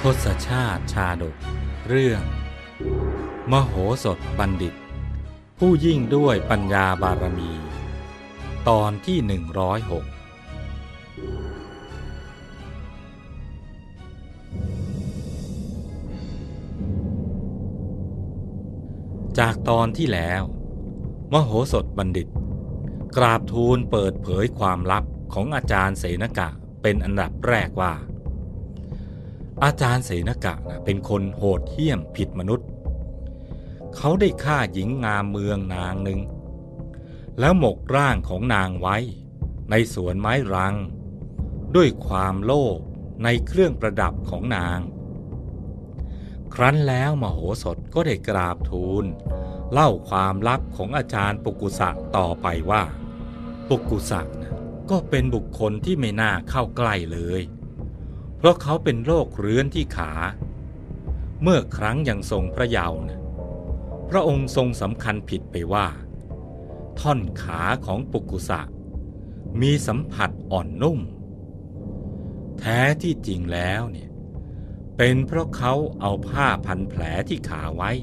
ศชาติชาดกเรื่องมโหสถบัณฑิตผู้ยิ่งด้วยปัญญาบารมีตอนที่106จากตอนที่แล้วมโหสถบัณฑิตกราบทูลเปิดเผยความลับของอาจารย์เสนกะเป็นอันดับแรกว่าอาจารย์เสนกะเป็นคนโหดเหี้ยมผิดมนุษย์เขาได้ฆ่าหญิงงามเมืองนางหนึ่งแล้วหมกร่างของนางไว้ในสวนไม้รังด้วยความโลภในเครื่องประดับของนางครั้นแล้วมโหสถก็ได้กราบทูลเล่าความลับของอาจารย์ปุกุสะต่อไปว่าปุกุสะก็เป็นบุคคลที่ไม่น่าเข้าใกล้เลยเพราะเขาเป็นโรคเรื้อนที่ขาเมื่อครั้งยังทรงพระเยาว์พระองค์ทรงสำคัญผิดไปว่าท่อนขาของปุกุสะมีสัมผัสอ่อนนุ่มแท้ที่จริงแล้วเป็นเพราะเขาเอาผ้าพันแผลที่ขาไว้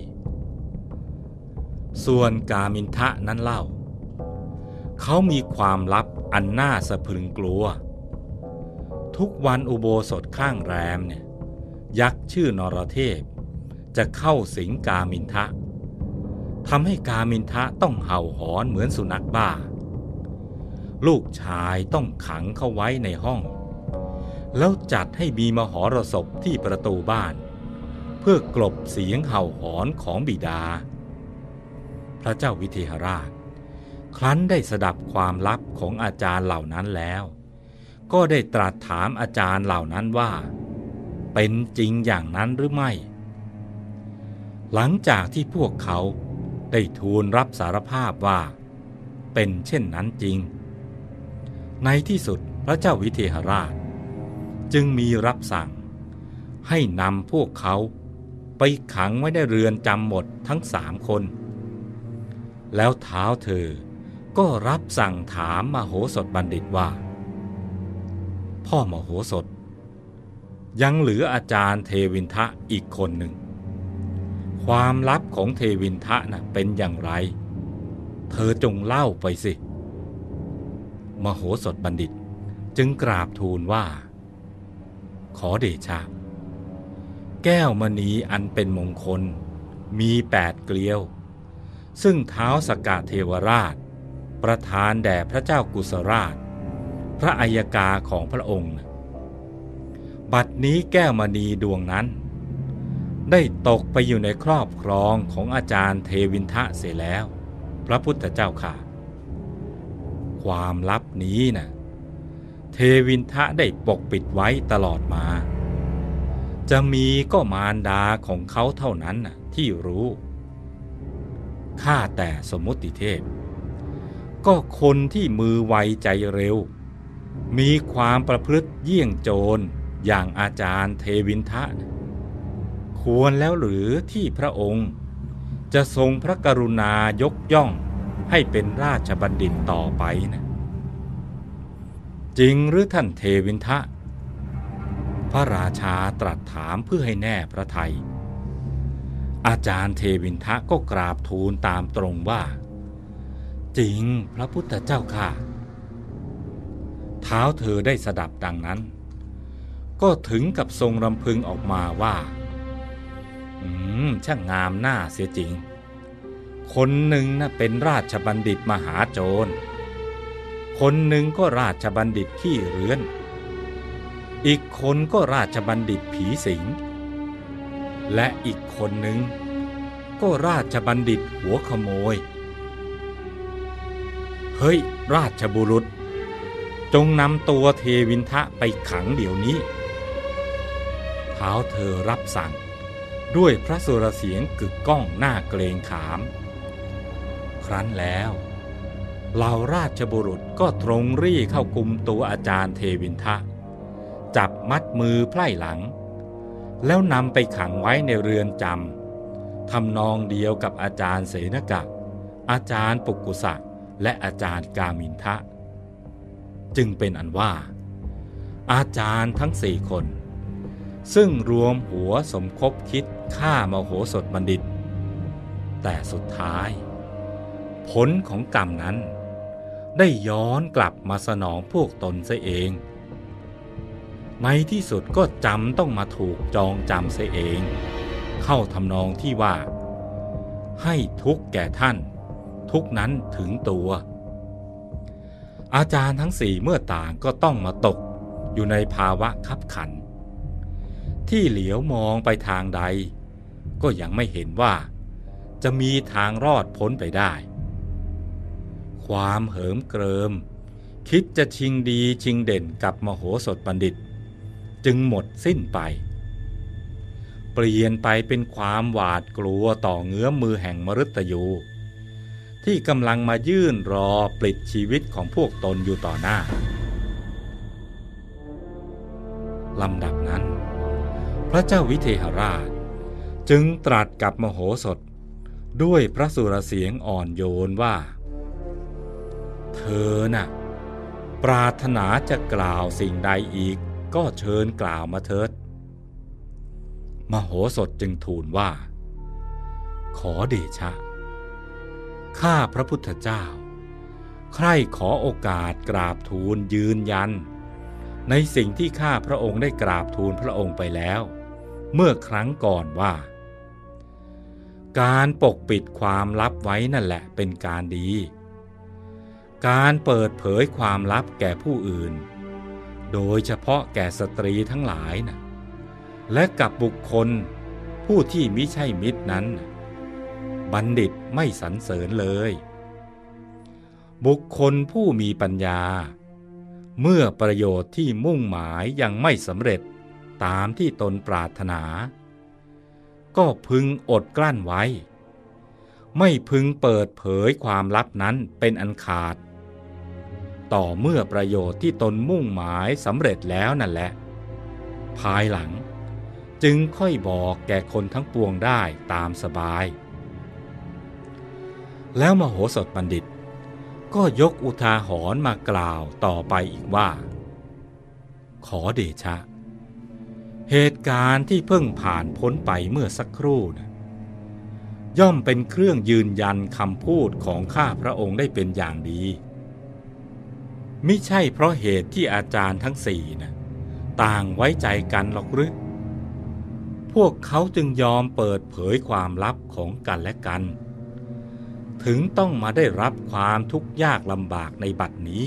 ส่วนกามินทะนั้นเล่าเขามีความลับอันน่าสะพรึงกลัวทุกวันอุโบสถข้างแรมยักษ์ชื่อนรเทพจะเข้าสิงกามินทะทำให้กามินทะต้องเห่าหอนเหมือนสุนัขบ้าลูกชายต้องขังเข้าไว้ในห้องแล้วจัดให้มีมหรสพที่ประตูบ้านเพื่อกลบเสียงเห่าหอนของบิดาพระเจ้าวิเทหราชครั้นได้สดับความลับของอาจารย์เหล่านั้นแล้วก็ได้ตรัสถามอาจารย์เหล่านั้นว่าเป็นจริงอย่างนั้นหรือไม่หลังจากที่พวกเขาได้ทูลรับสารภาพว่าเป็นเช่นนั้นจริงในที่สุดพระเจ้าวิเทหราชจึงมีรับสั่งให้นำพวกเขาไปขังไว้ในเรือนจำหมดทั้ง3 คนแล้วท้าวเธอก็รับสั่งถามมโหสถบัณฑิตว่าพ่อมโหสถยังเหลืออาจารย์เทวินทะอีกคนหนึ่งความลับของเทวินทะเป็นอย่างไรเธอจงเล่าไปสิมโหสถบัณฑิตจึงกราบทูลว่าขอเดชะแก้วมณีอันเป็นมงคลมี8 เกลียวซึ่งท้าวสกเทวราชประทานแด่พระเจ้ากุสราชพระอัยกาของพระองค์บัดนี้แก้วมณีดวงนั้นได้ตกไปอยู่ในครอบครองของอาจารย์เทวินทะเสียแล้วพระพุทธเจ้าค่ะความลับนี้เทวินทะได้ปกปิดไว้ตลอดมาจะมีก็มารดาของเขาเท่านั้นที่รู้ข้าแต่สมมุติเทพก็คนที่มือไวใจเร็วมีความประพฤติเยี่ยงโจรอย่างอาจารย์เทวินทะควรแล้วหรือที่พระองค์จะทรงพระกรุณายกย่องให้เป็นราชบัณฑิตต่อไปจริงหรือท่านเทวินทะพระราชาตรัสถามเพื่อให้แน่พระทัยอาจารย์เทวินทะก็กราบทูลตามตรงว่าจริงพระพุทธเจ้าค่ะท้าวเธอได้สดับดังนั้นก็ถึงกับทรงรำพึงออกมาว่าช่างงามหน้าเสียจริงคนหนึ่งเป็นราชบัณฑิตมหาโจรคนหนึ่งก็ราชบัณฑิตขี้เรื้อนอีกคนก็ราชบัณฑิตผีสิงและอีกคนหนึ่งก็ราชบัณฑิตหัวขโมยเฮ้ยราชบุรุษจงนำตัวเทวินทะไปขังเดี๋ยวนี้ท้าวเธอรับสั่งด้วยพระสุรเสียงกึกก้องหน้าเกรงขามครั้นแล้วเหล่าราชบุรุษก็ตรงรี่เข้ากุมตัวอาจารย์เทวินทะจับมัดมือไพร่หลังแล้วนำไปขังไว้ในเรือนจำทำนองเดียวกับอาจารย์เสนกะอาจารย์ปุกุสะและอาจารย์กามินทะจึงเป็นอันว่าอาจารย์ทั้ง4 คนซึ่งรวมหัวสมคบคิดฆ่ามโหสถบัณฑิตแต่สุดท้ายผลของกรรมนั้นได้ย้อนกลับมาสนองพวกตนเสียเองในที่สุดก็จำต้องมาถูกจองจำเสียเองเข้าทำนองที่ว่าให้ทุกข์แก่ท่านทุกข์นั้นถึงตัวอาจารย์ทั้งสี่เมื่อต่างก็ต้องมาตกอยู่ในภาวะคับขันที่เหลียวมองไปทางใดก็ยังไม่เห็นว่าจะมีทางรอดพ้นไปได้ความเหิมเกริมคิดจะชิงดีชิงเด่นกับมโหสถบัณฑิตจึงหมดสิ้นไปเปลี่ยนไปเป็นความหวาดกลัวต่อเงื้อมมือแห่งมฤตยูที่กำลังมายื่นรอปลิดชีวิตของพวกตนอยู่ต่อหน้าลำดับนั้นพระเจ้าวิเทหราชจึงตรัสกับมโหสถด้วยพระสุรเสียงอ่อนโยนว่าเธอน่ะปรารถนาจะกล่าวสิ่งใดอีกก็เชิญกล่าวมาเถิดมโหสถจึงทูลว่าขอเดชะข้าพระพุทธเจ้าใคร่ขอโอกาสกราบทูลยืนยันในสิ่งที่ข้าพระองค์ได้กราบทูลพระองค์ไปแล้วเมื่อครั้งก่อนว่าการปกปิดความลับไว้นั่นแหละเป็นการดีการเปิดเผยความลับแก่ผู้อื่นโดยเฉพาะแก่สตรีทั้งหลายนะและกับบุคคลผู้ที่มิใช่มิตรนั้นบัณฑิตไม่สรรเสริญเลยบุคคลผู้มีปัญญาเมื่อประโยชน์ที่มุ่งหมายยังไม่สำเร็จตามที่ตนปรารถนาก็พึงอดกลั้นไว้ไม่พึงเปิดเผยความลับนั้นเป็นอันขาดต่อเมื่อประโยชน์ที่ตนมุ่งหมายสำเร็จแล้วนั่นแหละภายหลังจึงค่อยบอกแก่คนทั้งปวงได้ตามสบายแล้วมโหสถบัณฑิตก็ยกอุทาหรณ์มากล่าวต่อไปอีกว่าขอเดชะเหตุการณ์ที่เพิ่งผ่านพ้นไปเมื่อสักครู่นะย่อมเป็นเครื่องยืนยันคำพูดของข้าพระองค์ได้เป็นอย่างดีมิใช่เพราะเหตุที่อาจารย์ทั้งสี่นะต่างไว้ใจกันหรอกหรือพวกเขาจึงยอมเปิดเผยความลับของกันและกันถึงต้องมาได้รับความทุกข์ยากลำบากในบัดนี้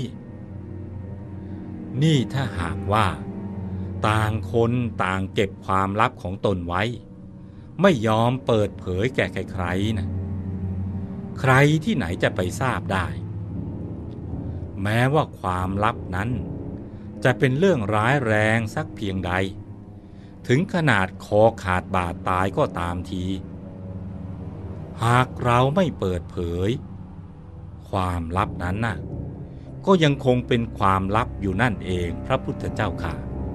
นี่ถ้าหากว่าต่างคนต่างเก็บความลับของตนไว้ไม่ยอมเปิดเผยแก่ใครๆนะใครที่ไหนจะไปทราบได้แม้ว่าความลับนั้นจะเป็นเรื่องร้ายแรงสักเพียงใดถึงขนาดคอขาดบาดตายก็ตามทีหากเราไม่เปิดเผยความลับนั้นน่ะก็ยังคงเป็นความลับอยู่นั่นเองพระพุทธเจ้าค่ะ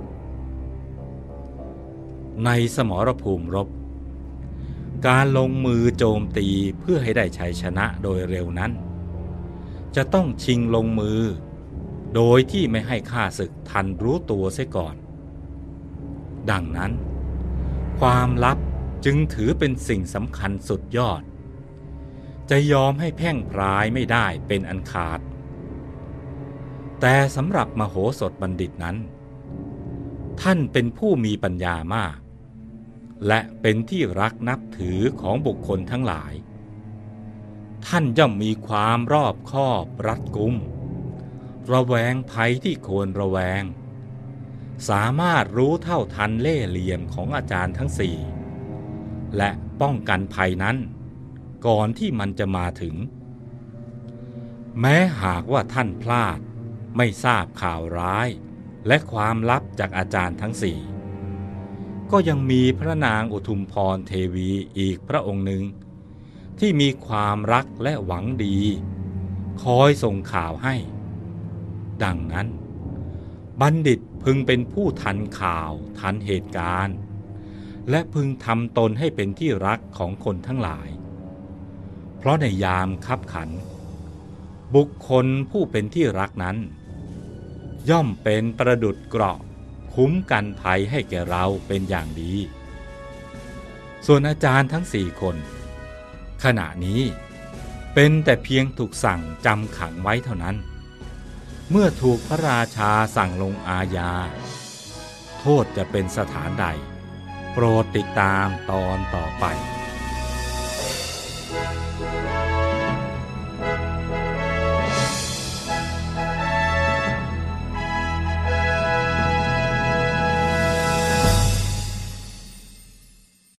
ในสมรภูมิรบการลงมือโจมตีเพื่อให้ได้ชัยชนะโดยเร็วนั้นจะต้องชิงลงมือโดยที่ไม่ให้ข้าศึกทันรู้ตัวเสียก่อนดังนั้นความลับจึงถือเป็นสิ่งสำคัญสุดยอดจะยอมให้แพร่งพรายไม่ได้เป็นอันขาดแต่สำหรับมโหสถบัณฑิตนั้นท่านเป็นผู้มีปัญญามากและเป็นที่รักนับถือของบุคคลทั้งหลายท่านย่อมมีความรอบคอบรัดกุมระแวงภัยที่ควรระแวงสามารถรู้เท่าทันเล่ห์เหลี่ยมของอาจารย์ทั้งสี่และป้องกันภัยนั้นก่อนที่มันจะมาถึงแม้หากว่าท่านพลาดไม่ทราบข่าวร้ายและความลับจากอาจารย์ทั้งสี่ก็ยังมีพระนางอุทุมพรเทวีอีกพระองค์หนึ่งที่มีความรักและหวังดีคอยส่งข่าวให้ดังนั้นบัณฑิตพึงเป็นผู้ทันข่าวทันเหตุการณ์และพึงทำตนให้เป็นที่รักของคนทั้งหลายเพราะในยามคับขันบุคคลผู้เป็นที่รักนั้นย่อมเป็นประดุจเกราะคคุ้มกันภัยให้แก่เราเป็นอย่างดีส่วนอาจารย์ทั้ง4 คนขณะนี้เป็นแต่เพียงถูกสั่งจำขังไว้เท่านั้นเมื่อถูกพระราชาสั่งลงอาญาโทษจะเป็นสถานใดโปรดติดตามตอนต่อไป